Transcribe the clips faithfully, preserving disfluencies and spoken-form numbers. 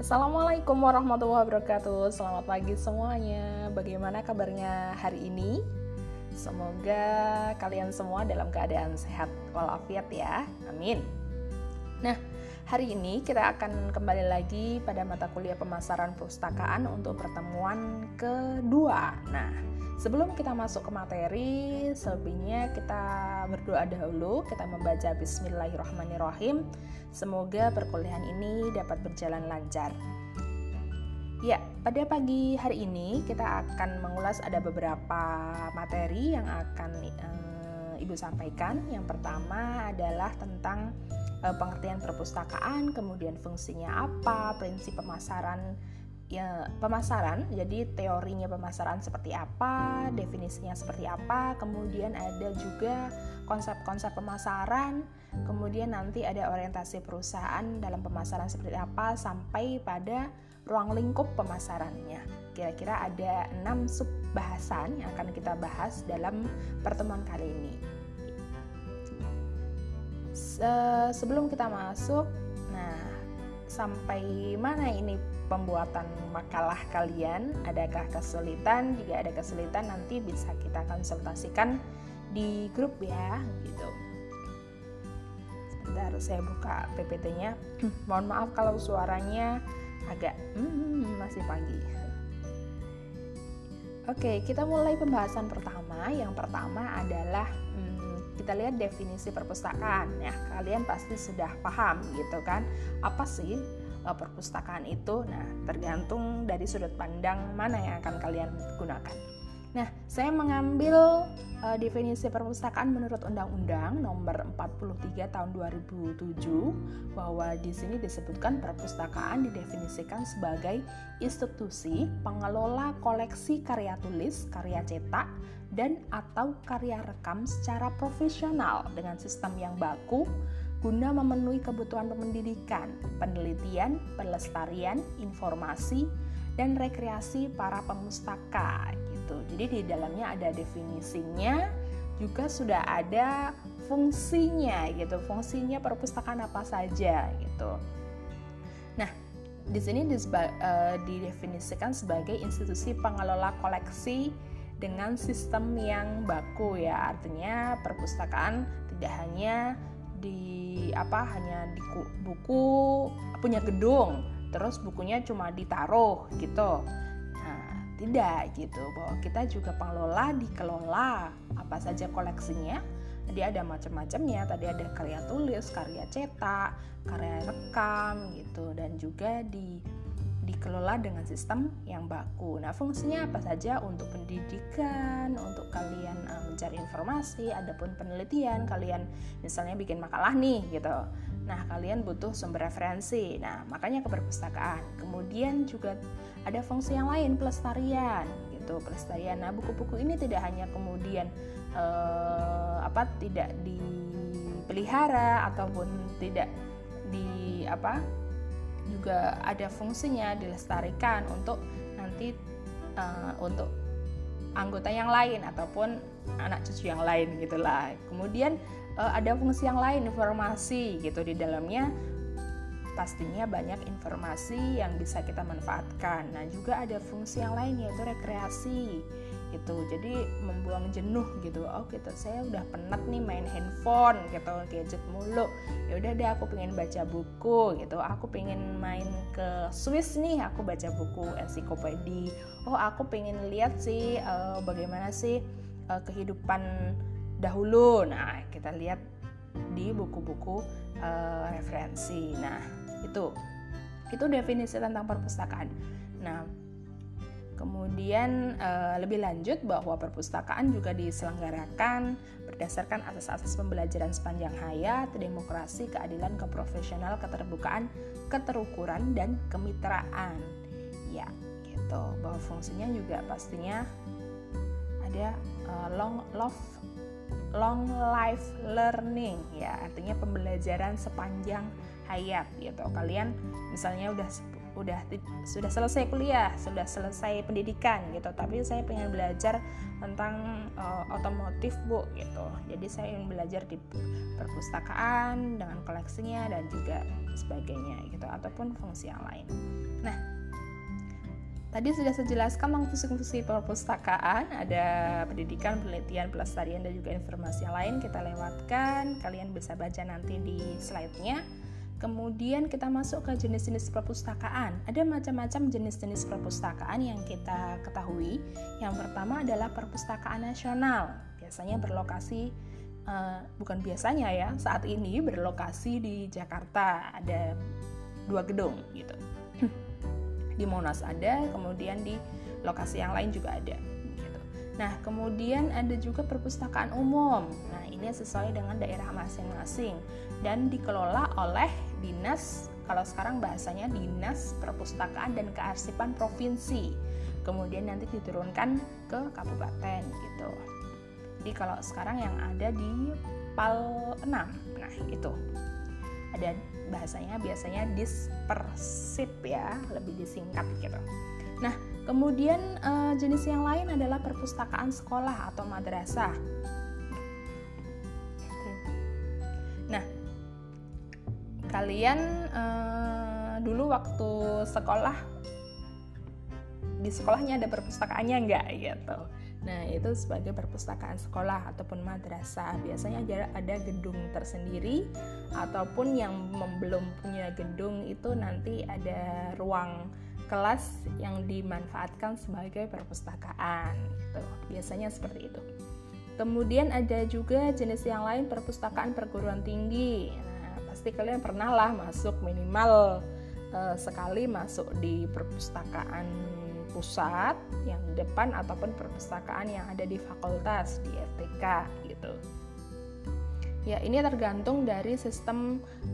Assalamualaikum warahmatullahi wabarakatuh. Selamat pagi semuanya. Bagaimana kabarnya hari ini? Semoga kalian semua dalam keadaan sehat walafiat ya. Amin. Nah, hari ini kita akan kembali lagi pada mata kuliah pemasaran perpustakaan untuk pertemuan kedua. Nah, sebelum kita masuk ke materi, selebihnya kita berdoa dahulu. Kita membaca Bismillahirrahmanirrahim. Semoga perkuliahan ini dapat berjalan lancar. Ya, pada pagi hari ini kita akan mengulas ada beberapa materi yang akan uh, Ibu sampaikan. Yang pertama adalah tentang uh, pengertian perpustakaan, kemudian fungsinya apa, prinsip pemasaran ya pemasaran, jadi teorinya pemasaran seperti apa, definisinya seperti apa, kemudian ada juga konsep-konsep pemasaran, kemudian nanti ada orientasi perusahaan dalam pemasaran seperti apa, sampai pada ruang lingkup pemasarannya. Kira-kira ada enam sub bahasan yang akan kita bahas dalam pertemuan kali ini. Se- sebelum kita masuk, nah sampai mana ini pembuatan makalah kalian? Adakah kesulitan? Jika ada kesulitan nanti bisa kita konsultasikan di grup ya, gitu. Sebentar saya buka P P T-nya. Mohon maaf kalau suaranya agak hmm, masih pagi. Oke, kita mulai pembahasan pertama. Yang pertama adalah hmm, kita lihat definisi perpustakaan. Ya, kalian pasti sudah paham gitu kan? Apa sih perpustakaan itu? Nah, tergantung dari sudut pandang mana yang akan kalian gunakan. Nah, saya mengambil uh, definisi perpustakaan menurut Undang-Undang Nomor empat puluh tiga Tahun dua ribu tujuh, bahwa di sini disebutkan perpustakaan didefinisikan sebagai institusi pengelola koleksi karya tulis, karya cetak, dan atau karya rekam secara profesional dengan sistem yang baku guna memenuhi kebutuhan pendidikan, penelitian, pelestarian, informasi, dan rekreasi para pemustaka gitu. Jadi di dalamnya ada definisinya, juga sudah ada fungsinya gitu. Fungsinya perpustakaan apa saja gitu. Nah, di sini diseba, uh, didefinisikan sebagai institusi pengelola koleksi dengan sistem yang baku ya. Artinya perpustakaan tidak hanya di apa hanya di buku punya gedung terus bukunya cuma ditaruh gitu. Nah, tidak gitu, bahwa kita juga pengelola, dikelola apa saja koleksinya. Dia ada macam-macamnya, tadi ada karya tulis, karya cetak, karya rekam gitu, dan juga di dikelola dengan sistem yang baku. Nah, fungsinya apa saja? Untuk pendidikan, untuk kalian uh, mencari informasi, adapun penelitian, kalian misalnya bikin makalah nih gitu. Nah, kalian butuh sumber referensi. Nah, makanya ke perpustakaan. Kemudian juga ada fungsi yang lain, pelestarian gitu, pelestarian. Nah, buku-buku ini tidak hanya kemudian uh, apa tidak dipelihara ataupun tidak di apa juga ada fungsinya dilestarikan untuk nanti uh, untuk anggota yang lain ataupun anak cucu yang lain gitulah. Kemudian uh, ada fungsi yang lain, informasi gitu, di dalamnya pastinya banyak informasi yang bisa kita manfaatkan. Nah, juga ada fungsi yang lain yaitu rekreasi gitu. Jadi membuang jenuh gitu. Oh, gitu. Saya udah penat nih main handphone gitu, gadget mulu. Ya udah deh, aku pengen baca buku gitu. Aku pengen main ke Swiss nih, aku baca buku ensiklopedia. Oh, aku pengen lihat sih uh, bagaimana sih uh, kehidupan dahulu. Nah, kita lihat di buku-buku uh, referensi. Nah, itu itu definisi tentang perpustakaan. Nah, kemudian e, lebih lanjut bahwa perpustakaan juga diselenggarakan berdasarkan asas-asas pembelajaran sepanjang hayat, demokrasi, keadilan, keprofesional, keterbukaan, keterukuran, dan kemitraan. Ya, gitu. Bahwa fungsinya juga pastinya ada e, long love long life learning ya, artinya pembelajaran sepanjang hayat gitu. Kalian misalnya udah udah sudah selesai kuliah, sudah selesai pendidikan gitu, tapi saya pengen belajar tentang uh, otomotif Bu gitu. Jadi saya ingin belajar di perpustakaan dengan koleksinya dan juga sebagainya gitu, ataupun fungsi yang lain. Nah, tadi sudah saya jelaskan tentang fungsi-fungsi perpustakaan, ada pendidikan, penelitian, pelestarian, dan juga informasi yang lain. Kita lewatkan, kalian bisa baca nanti di slide-nya. Kemudian kita masuk ke jenis-jenis perpustakaan. Ada macam-macam jenis-jenis perpustakaan yang kita ketahui. Yang pertama adalah perpustakaan nasional. Biasanya berlokasi, uh, bukan biasanya ya, saat ini berlokasi di Jakarta. Ada dua gedung gitu. Di Monas ada, kemudian di lokasi yang lain juga ada. Gitu. Nah, kemudian ada juga perpustakaan umum. Nah, ini sesuai dengan daerah masing-masing dan dikelola oleh dinas, kalau sekarang bahasanya Dinas Perpustakaan dan Kearsipan Provinsi. Kemudian nanti diturunkan ke kabupaten gitu. Jadi kalau sekarang yang ada di Pal enam, nah itu ada bahasanya biasanya dispersip ya, lebih disingkat gitu. Nah, kemudian eh, jenis yang lain adalah perpustakaan sekolah atau madrasah. Nah, kalian eh, dulu waktu sekolah, di sekolahnya ada perpustakaannya enggak gitu. Nah, itu sebagai perpustakaan sekolah ataupun madrasah. Biasanya ada, ada gedung tersendiri, ataupun yang belum punya gedung itu nanti ada ruang kelas yang dimanfaatkan sebagai perpustakaan gitu. Biasanya seperti itu. Kemudian ada juga jenis yang lain, perpustakaan perguruan tinggi. Nah, pasti kalian pernah lah masuk minimal uh, sekali masuk di perpustakaan pusat yang di depan ataupun perpustakaan yang ada di fakultas di F T K gitu. Ya, ini tergantung dari sistem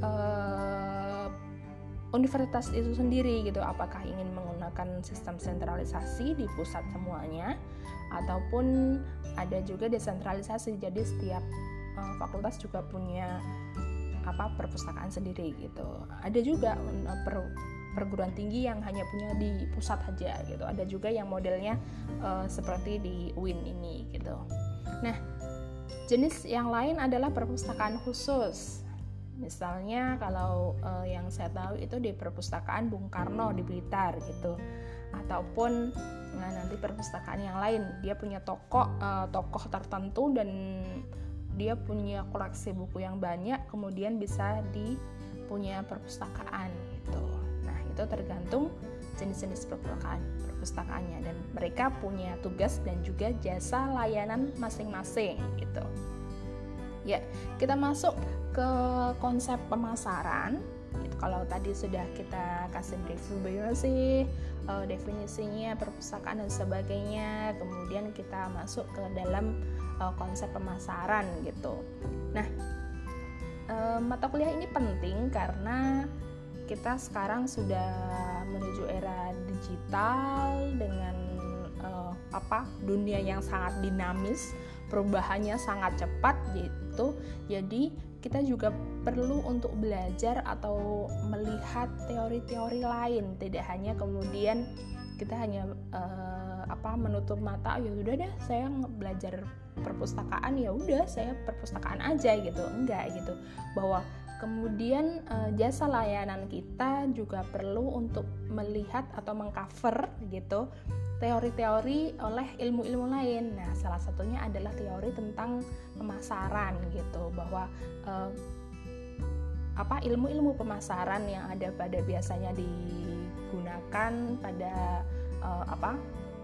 uh, universitas itu sendiri gitu. Apakah ingin menggunakan sistem sentralisasi di pusat semuanya, ataupun ada juga desentralisasi. Jadi setiap uh, fakultas juga punya apa perpustakaan sendiri gitu. Ada juga uh, per, perguruan tinggi yang hanya punya di pusat aja gitu. Ada juga yang modelnya uh, seperti di U I N ini gitu. Nah, jenis yang lain adalah perpustakaan khusus. Misalnya kalau uh, yang saya tahu itu di perpustakaan Bung Karno di Blitar gitu, ataupun nah, nanti perpustakaan yang lain dia punya toko uh, tokoh tertentu dan dia punya koleksi buku yang banyak, kemudian bisa di punya perpustakaan gitu. Nah, itu tergantung jenis-jenis perpustakaan perpustakaannya, dan mereka punya tugas dan juga jasa layanan masing-masing gitu. Ya, kita masuk ke konsep pemasaran. Gitu. Kalau tadi sudah kita kasih review sih, uh, definisinya, perpustakaan dan sebagainya, kemudian kita masuk ke dalam uh, konsep pemasaran gitu. Nah, uh, mata kuliah ini penting karena kita sekarang sudah menuju era digital dengan uh, apa dunia yang sangat dinamis, perubahannya sangat cepat gitu. Jadi kita juga perlu untuk belajar atau melihat teori-teori lain, tidak hanya kemudian kita hanya uh, apa menutup mata, ya udah deh saya belajar perpustakaan, ya udah saya perpustakaan aja gitu. Enggak gitu. Bahwa kemudian uh, jasa layanan kita juga perlu untuk melihat atau mengcover gitu teori-teori oleh ilmu-ilmu lain. Nah, salah satunya adalah teori tentang pemasaran gitu, bahwa uh, apa ilmu-ilmu pemasaran yang ada pada biasanya digunakan pada uh, apa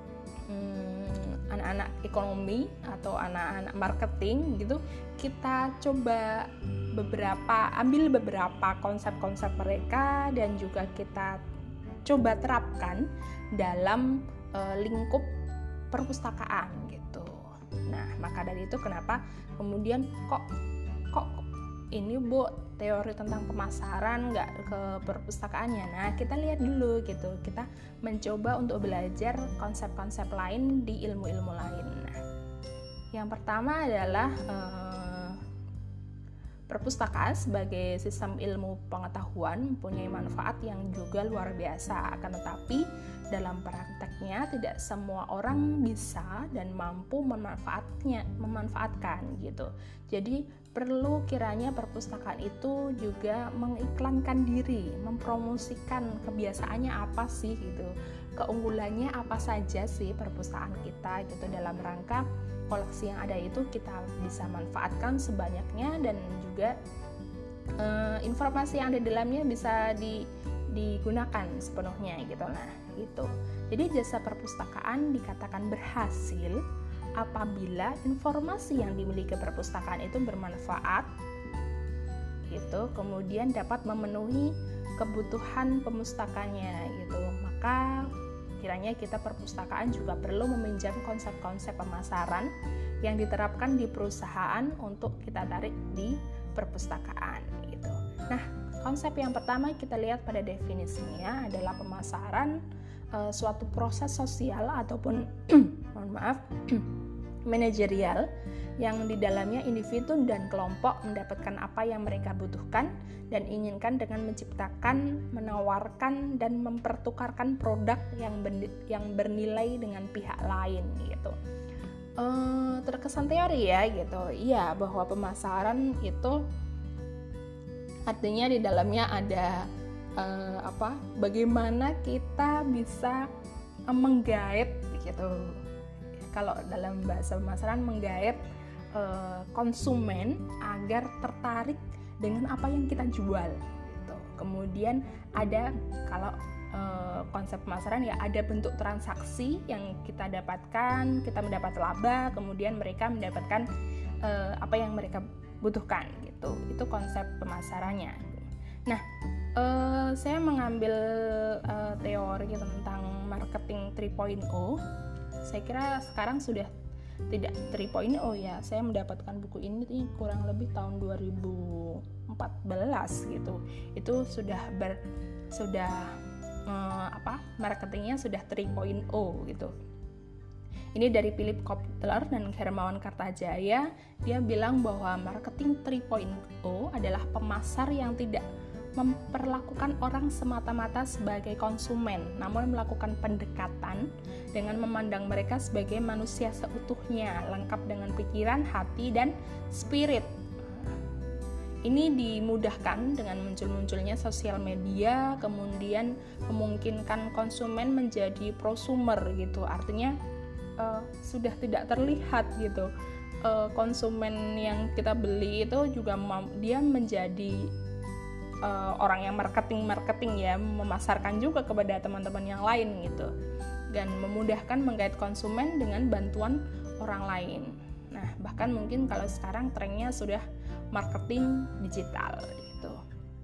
hmm, anak-anak ekonomi atau anak-anak marketing gitu, kita coba beberapa ambil beberapa konsep-konsep mereka dan juga kita coba terapkan dalam uh, lingkup perpustakaan gitu. Nah, maka dari itu kenapa kemudian kok kok ini Bu teori tentang pemasaran nggak ke perpustakaannya. Nah, kita lihat dulu gitu. Kita mencoba untuk belajar konsep-konsep lain di ilmu-ilmu lain. Nah, yang pertama adalah uh, Perpustakaan sebagai sistem ilmu pengetahuan mempunyai manfaat yang juga luar biasa, akan tetapi dalam prakteknya tidak semua orang bisa dan mampu memanfaatnya, memanfaatkan gitu. Jadi perlu kiranya perpustakaan itu juga mengiklankan diri, mempromosikan kebiasaannya apa sih gitu, keunggulannya apa saja sih perpustakaan kita gitu, dalam rangka koleksi yang ada itu kita bisa manfaatkan sebanyaknya, dan juga eh, informasi yang ada di dalamnya bisa di, digunakan sepenuhnya gitu. Nah gitu. Jadi jasa perpustakaan dikatakan berhasil apabila informasi yang dimiliki perpustakaan itu bermanfaat gitu, kemudian dapat memenuhi kebutuhan pemustakanya gitu. Maka kiranya kita perpustakaan juga perlu meminjam konsep-konsep pemasaran yang diterapkan di perusahaan untuk kita tarik di perpustakaan gitu. Nah, konsep yang pertama kita lihat pada definisinya adalah pemasaran e, suatu proses sosial ataupun mohon maaf manajerial yang di dalamnya individu dan kelompok mendapatkan apa yang mereka butuhkan dan inginkan dengan menciptakan, menawarkan, dan mempertukarkan produk yang yang bernilai dengan pihak lain gitu. E, terkesan teori ya gitu. Iya, bahwa pemasaran itu artinya di dalamnya ada e, apa? Bagaimana kita bisa e, menggait gitu. Kalau dalam bahasa pemasaran, menggait e, konsumen agar tertarik dengan apa yang kita jual gitu. Kemudian ada kalau e, konsep pemasaran ya ada bentuk transaksi yang kita dapatkan, kita mendapat laba, kemudian mereka mendapatkan e, apa yang mereka butuhkan gitu. Itu konsep pemasarannya. Nah, e, saya mengambil e, teori tentang marketing tiga titik nol. Saya kira sekarang sudah tidak tiga titik nol ya. Saya mendapatkan buku ini kurang lebih tahun dua ribu empat belas gitu. Itu sudah ber sudah eh, apa? Marketingnya sudah tiga titik nol gitu. Ini dari Philip Kotler dan Hermawan Kartajaya. Dia bilang bahwa marketing tiga titik nol adalah pemasar yang tidak memperlakukan orang semata-mata sebagai konsumen, namun melakukan pendekatan dengan memandang mereka sebagai manusia seutuhnya, lengkap dengan pikiran, hati, dan spirit. Ini dimudahkan dengan muncul-munculnya sosial media, kemudian memungkinkan konsumen menjadi prosumer gitu, artinya uh, sudah tidak terlihat gitu. Uh, konsumen yang kita beli itu juga mam- dia menjadi Uh, orang yang marketing-marketing ya, memasarkan juga kepada teman-teman yang lain gitu, dan memudahkan menggait konsumen dengan bantuan orang lain. Nah, bahkan mungkin kalau sekarang trennya sudah marketing digital gitu.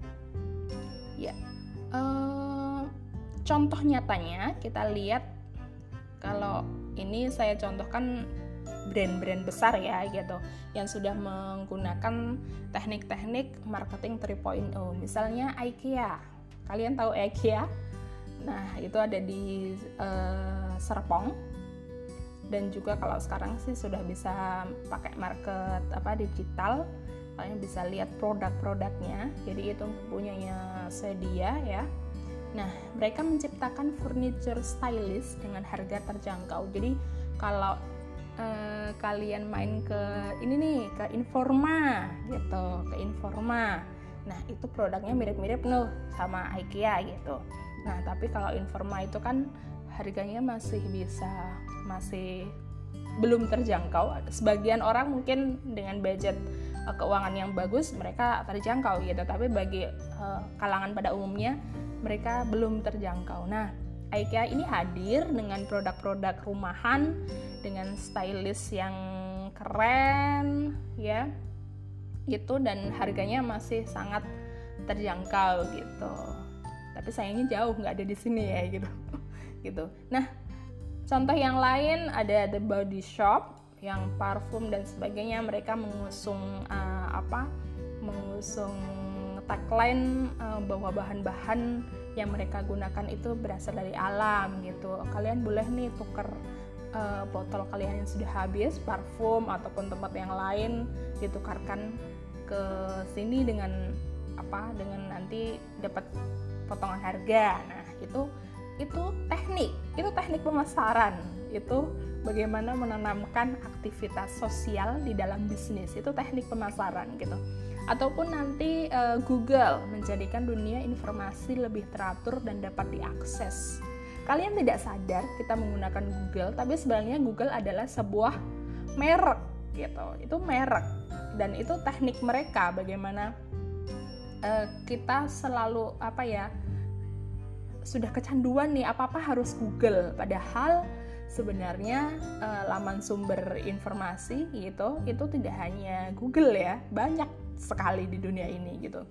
Ya, uh, contoh nyatanya kita lihat, kalau ini saya contohkan brand-brand besar ya gitu, yang sudah menggunakan teknik-teknik marketing tiga titik nol. Misalnya IKEA, kalian tahu IKEA? Nah, itu ada di uh, Serpong, dan juga kalau sekarang sih sudah bisa pakai market apa digital, kalian bisa lihat produk-produknya. Jadi itu punyanya Sedia ya. Nah, mereka menciptakan furniture stylist dengan harga terjangkau. Jadi kalau Uh, kalian main ke ini nih, ke Informa gitu, ke Informa. Nah, itu produknya mirip-mirip loh sama IKEA gitu. Nah, tapi kalau Informa itu kan harganya masih bisa masih belum terjangkau. Sebagian orang mungkin dengan budget uh, keuangan yang bagus mereka terjangkau gitu, tapi bagi uh, kalangan pada umumnya mereka belum terjangkau. Nah, IKEA ini hadir dengan produk-produk rumahan dengan stylist yang keren ya gitu, dan harganya masih sangat terjangkau gitu. Tapi sayangnya jauh nggak ada di sini ya gitu gitu. Nah, contoh yang lain ada The Body Shop yang parfum dan sebagainya. Mereka mengusung uh, apa mengusung tagline uh, bahwa bahan-bahan yang mereka gunakan itu berasal dari alam gitu. Kalian boleh nih tuker uh, botol kalian yang sudah habis, parfum ataupun tempat yang lain, ditukarkan ke sini dengan apa dengan nanti dapat potongan harga. Nah, itu itu teknik, itu teknik pemasaran, itu bagaimana menanamkan aktivitas sosial di dalam bisnis, itu teknik pemasaran gitu. Ataupun nanti uh, Google menjadikan dunia informasi lebih teratur dan dapat diakses. Kalian tidak sadar kita menggunakan Google, tapi sebenarnya Google adalah sebuah merek gitu. Itu merek dan itu teknik mereka bagaimana uh, kita selalu apa ya sudah kecanduan nih apa-apa harus Google, padahal sebenarnya uh, laman sumber informasi gitu itu tidak hanya Google ya, banyak sekali di dunia ini gitu.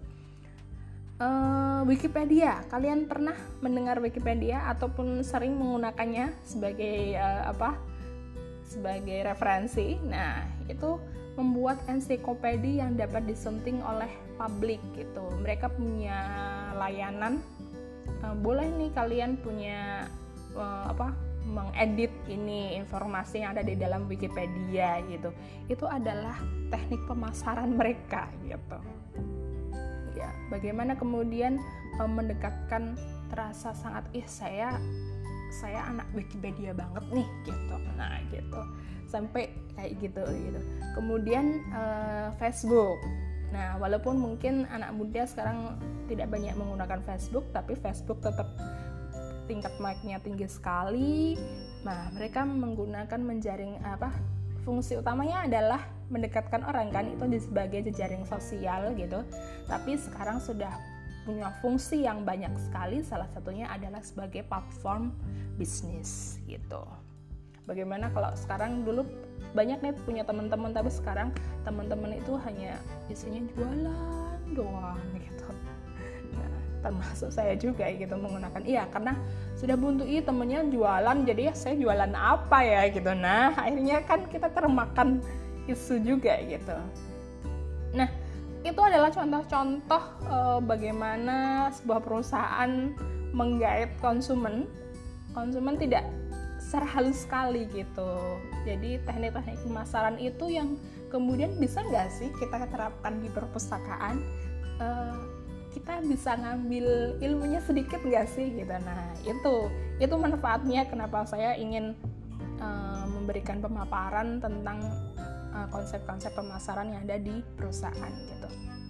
uh, Wikipedia, kalian pernah mendengar Wikipedia ataupun sering menggunakannya sebagai uh, apa sebagai referensi? Nah, itu membuat ensiklopedia yang dapat disunting oleh publik gitu. Mereka punya layanan, uh, boleh nih kalian punya uh, apa mengedit ini informasi yang ada di dalam Wikipedia gitu. Itu adalah teknik pemasaran mereka gitu. Ya, bagaimana kemudian uh, mendekatkan terasa sangat ih saya saya anak Wikipedia banget nih gitu. Nah, gitu. Sampai kayak gitu gitu. Kemudian uh, Facebook. Nah, walaupun mungkin anak muda sekarang tidak banyak menggunakan Facebook, tapi Facebook tetap tingkat mic-nya tinggi sekali. Nah, mereka menggunakan menjaring apa? Fungsi utamanya adalah mendekatkan orang kan, itu sebagai jejaring sosial gitu. Tapi sekarang sudah punya fungsi yang banyak sekali, salah satunya adalah sebagai platform bisnis gitu. Bagaimana kalau sekarang dulu banyak nih punya teman-teman, tapi sekarang teman-teman itu hanya isinya jualan doang gitu. Nah, termasuk saya juga gitu menggunakan iya karena sudah buntu ih temennya jualan, jadi ya saya jualan apa ya gitu. Nah, akhirnya kan kita termakan isu juga gitu. Nah, itu adalah contoh-contoh e, bagaimana sebuah perusahaan menggait konsumen. Konsumen tidak secara halus sekali gitu. Jadi teknik-teknik pemasaran itu yang kemudian bisa nggak sih kita terapkan di perpustakaan? E, kita bisa ngambil ilmunya sedikit nggak sih gitu. Nah, itu itu manfaatnya kenapa saya ingin e, memberikan pemaparan tentang konsep-konsep pemasaran yang ada di perusahaan gitu.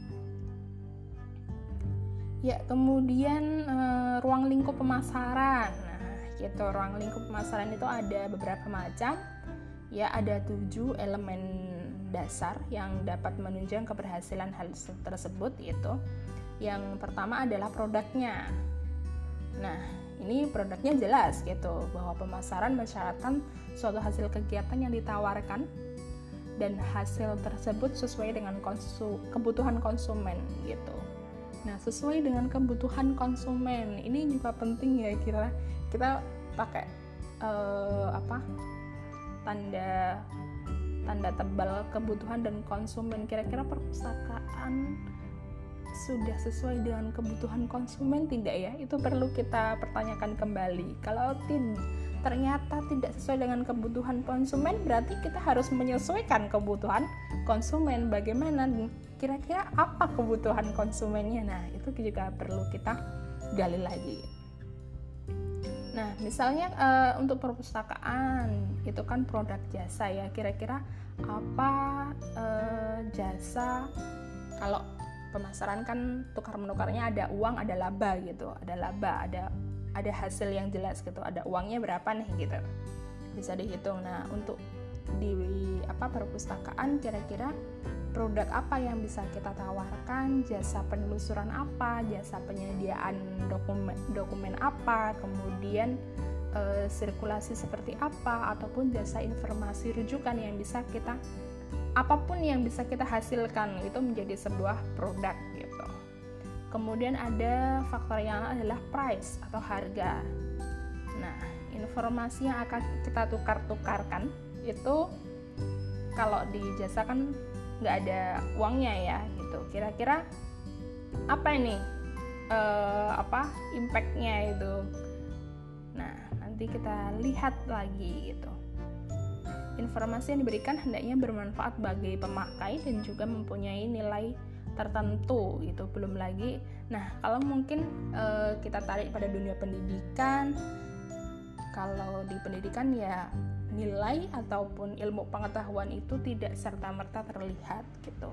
Ya, kemudian uh, ruang lingkup pemasaran. Nah, gitu, ruang lingkup pemasaran itu ada beberapa macam. Ya, ada tujuh elemen dasar yang dapat menunjang keberhasilan hal tersebut gitu. Yang pertama adalah produknya. Nah, ini produknya jelas gitu, bahwa pemasaran mensyaratkan suatu hasil kegiatan yang ditawarkan dan hasil tersebut sesuai dengan konsu, kebutuhan konsumen gitu. Nah, sesuai dengan kebutuhan konsumen ini juga penting ya, kira kita pakai uh, apa tanda tanda tebal kebutuhan dan konsumen. Kira-kira perpustakaan sudah sesuai dengan kebutuhan konsumen tidak ya? Itu perlu kita pertanyakan kembali. Kalau tidak ternyata tidak sesuai dengan kebutuhan konsumen, berarti kita harus menyesuaikan kebutuhan konsumen. Bagaimana kira-kira apa kebutuhan konsumennya? Nah, itu juga perlu kita gali lagi. Nah, misalnya e, untuk perpustakaan itu kan produk jasa ya. Kira-kira apa e, jasa? Kalau pemasaran kan tukar menukarnya ada uang, ada laba gitu. Ada laba, ada ada hasil yang jelas gitu, ada uangnya berapa nih gitu, bisa dihitung. Nah, untuk di apa perpustakaan kira-kira produk apa yang bisa kita tawarkan, jasa penelusuran apa, jasa penyediaan dokumen dokumen apa, kemudian e, sirkulasi seperti apa, ataupun jasa informasi rujukan yang bisa kita apapun yang bisa kita hasilkan itu menjadi sebuah produk gitu. Kemudian ada faktor yang adalah price atau harga. Nah, informasi yang akan kita tukar-tukarkan itu kalau di jasa kan nggak ada uangnya ya gitu. Kira-kira apa ini e, apa impact-nya itu? Nah, nanti kita lihat lagi gitu. informasi yang diberikan hendaknya bermanfaat bagi pemakai dan juga mempunyai nilai tertentu gitu. Belum lagi, nah kalau mungkin uh, kita tarik pada dunia pendidikan, kalau di pendidikan ya nilai ataupun ilmu pengetahuan itu tidak serta-merta terlihat gitu.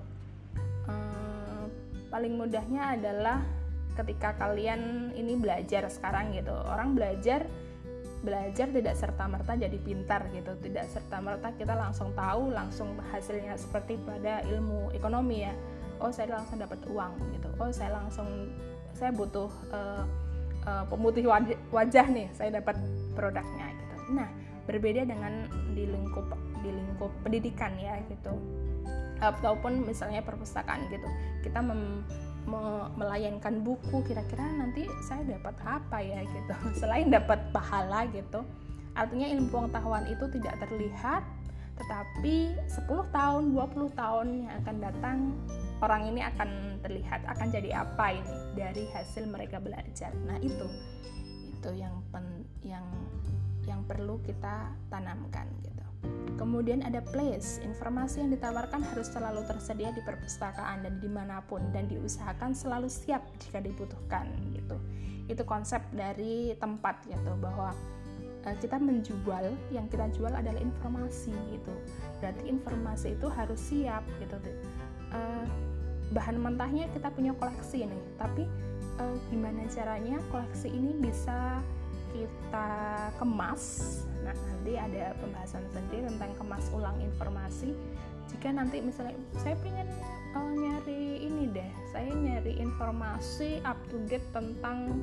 Uh, paling mudahnya adalah ketika kalian ini belajar sekarang gitu, orang belajar belajar tidak serta-merta jadi pintar gitu, tidak serta-merta kita langsung tahu langsung hasilnya seperti pada ilmu ekonomi ya. Oh saya langsung dapat uang gitu, oh saya langsung saya butuh uh, uh, pemutih wajah, wajah nih, saya dapat produknya gitu. Nah berbeda dengan di lingkup di lingkup pendidikan ya gitu, ataupun misalnya perpustakaan gitu, kita mem, me, melayankan buku, kira-kira nanti saya dapat apa ya gitu, selain dapat pahala gitu. Artinya ilmu pengetahuan itu tidak terlihat, tetapi sepuluh tahun, dua puluh tahun yang akan datang, orang ini akan terlihat akan jadi apa ini dari hasil mereka belajar. Nah itu itu yang pen, yang yang perlu kita tanamkan gitu. Kemudian ada place, informasi yang ditawarkan harus selalu tersedia di perpustakaan dan dimanapun, dan diusahakan selalu siap jika dibutuhkan gitu. Itu konsep dari tempat gitu, bahwa uh, kita menjual, yang kita jual adalah informasi gitu. Berarti informasi itu harus siap gitu. Uh, bahan mentahnya kita punya koleksi nih, tapi uh, gimana caranya koleksi ini bisa kita kemas. Nah nanti ada pembahasan sendiri tentang kemas ulang informasi. Jika nanti misalnya saya pengen uh, nyari ini deh, saya nyari informasi up to date tentang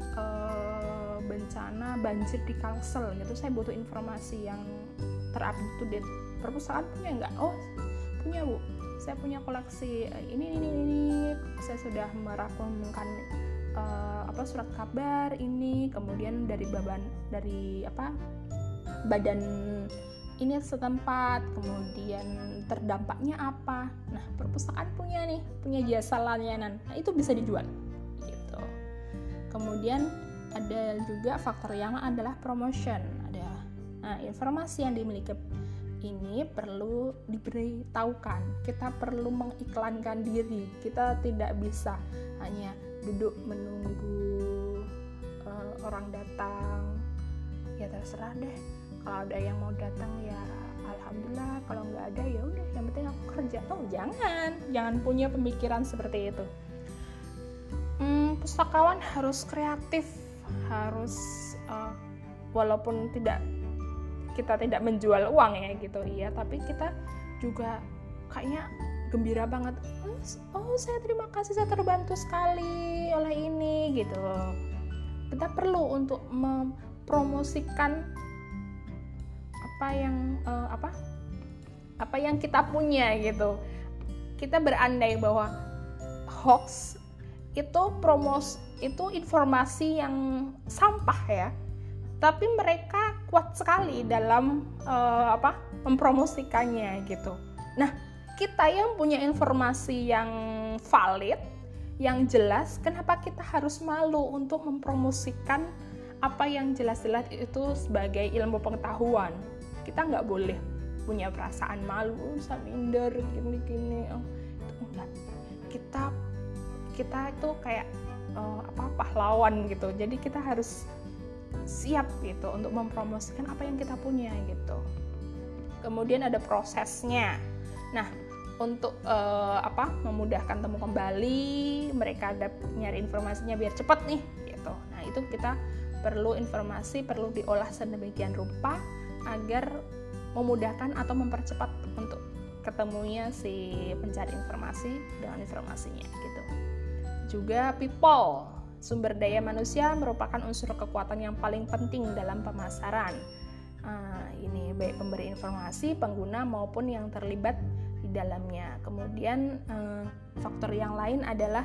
uh, bencana banjir di Kalsel gitu, saya butuh informasi yang ter up to date. Perpustakaan punya nggak? Oh punya Bu, saya punya koleksi ini ini ini, saya sudah merangkumkan Uh, apa surat kabar ini, kemudian dari baban dari apa badan ini setempat, kemudian terdampaknya apa. Nah perpustakaan punya nih, punya jasa layanan, nah itu bisa dijual gitu. Kemudian ada juga faktor yang adalah promotion, ada nah informasi yang dimiliki ini perlu diberitahukan, kita perlu mengiklankan diri, kita tidak bisa hanya duduk menunggu uh, orang datang. Ya terserah deh, kalau ada yang mau datang ya alhamdulillah, kalau nggak ada ya udah, yang penting aku kerja. Oh jangan, jangan punya pemikiran seperti itu. Hmm, pustakawan harus kreatif, harus uh, walaupun tidak kita tidak menjual uang ya gitu iya, tapi kita juga kayaknya gembira banget. Oh saya terima kasih, saya terbantu sekali oleh ini gitu. Kita perlu untuk mempromosikan apa yang uh, apa apa yang kita punya gitu. Kita berandai bahwa hoax itu promos itu informasi yang sampah ya, tapi mereka kuat sekali dalam uh, apa mempromosikannya gitu. Nah kita yang punya informasi yang valid, yang jelas, kenapa kita harus malu untuk mempromosikan apa yang jelas-jelas itu sebagai ilmu pengetahuan? Kita nggak boleh punya perasaan malu, saya minder, gini-gini. Oh, itu enggak. Kita kita itu kayak uh, apa pahlawan gitu. Jadi kita harus siap gitu untuk mempromosikan apa yang kita punya gitu. Kemudian ada prosesnya. Nah untuk uh, apa memudahkan temu kembali, mereka dapat nyari informasinya biar cepat nih gitu. Nah itu kita perlu informasi, perlu diolah sedemikian rupa agar memudahkan atau mempercepat untuk ketemunya si pencari informasi dengan informasinya gitu. Juga people, sumber daya manusia merupakan unsur kekuatan yang paling penting dalam pemasaran. Nah, ini baik pemberi informasi, pengguna maupun yang terlibat di dalamnya. Kemudian eh, faktor yang lain adalah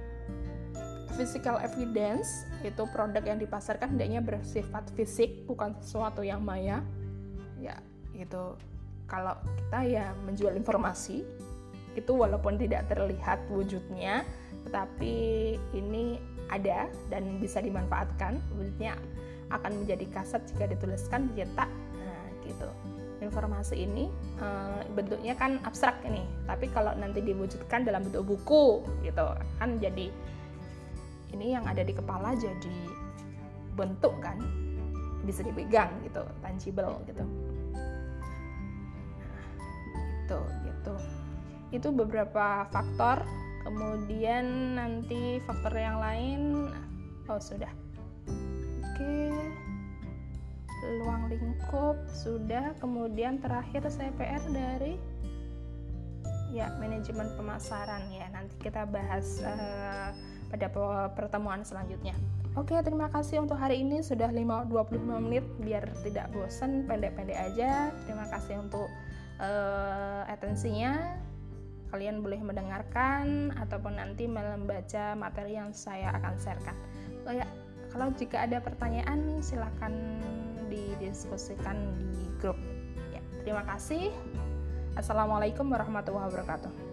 physical evidence, itu produk yang dipasarkan hendaknya bersifat fisik, bukan sesuatu yang maya. Ya, itu kalau kita ya menjual informasi, itu walaupun tidak terlihat wujudnya, tetapi ini ada dan bisa dimanfaatkan. Wujudnya akan menjadi kaset jika dituliskan, dicetak. Nah, gitu. informasi ini uh, bentuknya kan abstrak ini, tapi kalau nanti diwujudkan dalam bentuk buku gitu kan, jadi ini yang ada di kepala jadi bentuk kan, bisa dipegang gitu, tangible gitu. Nah, itu gitu. Itu beberapa faktor. Kemudian nanti faktor yang lain, oh sudah. Oke. Ruang lingkup sudah. Kemudian terakhir C P R dari ya manajemen pemasaran ya. Nanti kita bahas uh, pada pertemuan selanjutnya. Oke, terima kasih untuk hari ini, sudah dua puluh lima menit, biar tidak bosan, pendek-pendek aja. Terima kasih untuk uh, atensinya. Kalian boleh mendengarkan ataupun nanti membaca materi yang saya akan sharekan. Oh ya, kalau jika ada pertanyaan silakan didiskusikan di grup. Ya, terima kasih. Assalamualaikum warahmatullahi wabarakatuh.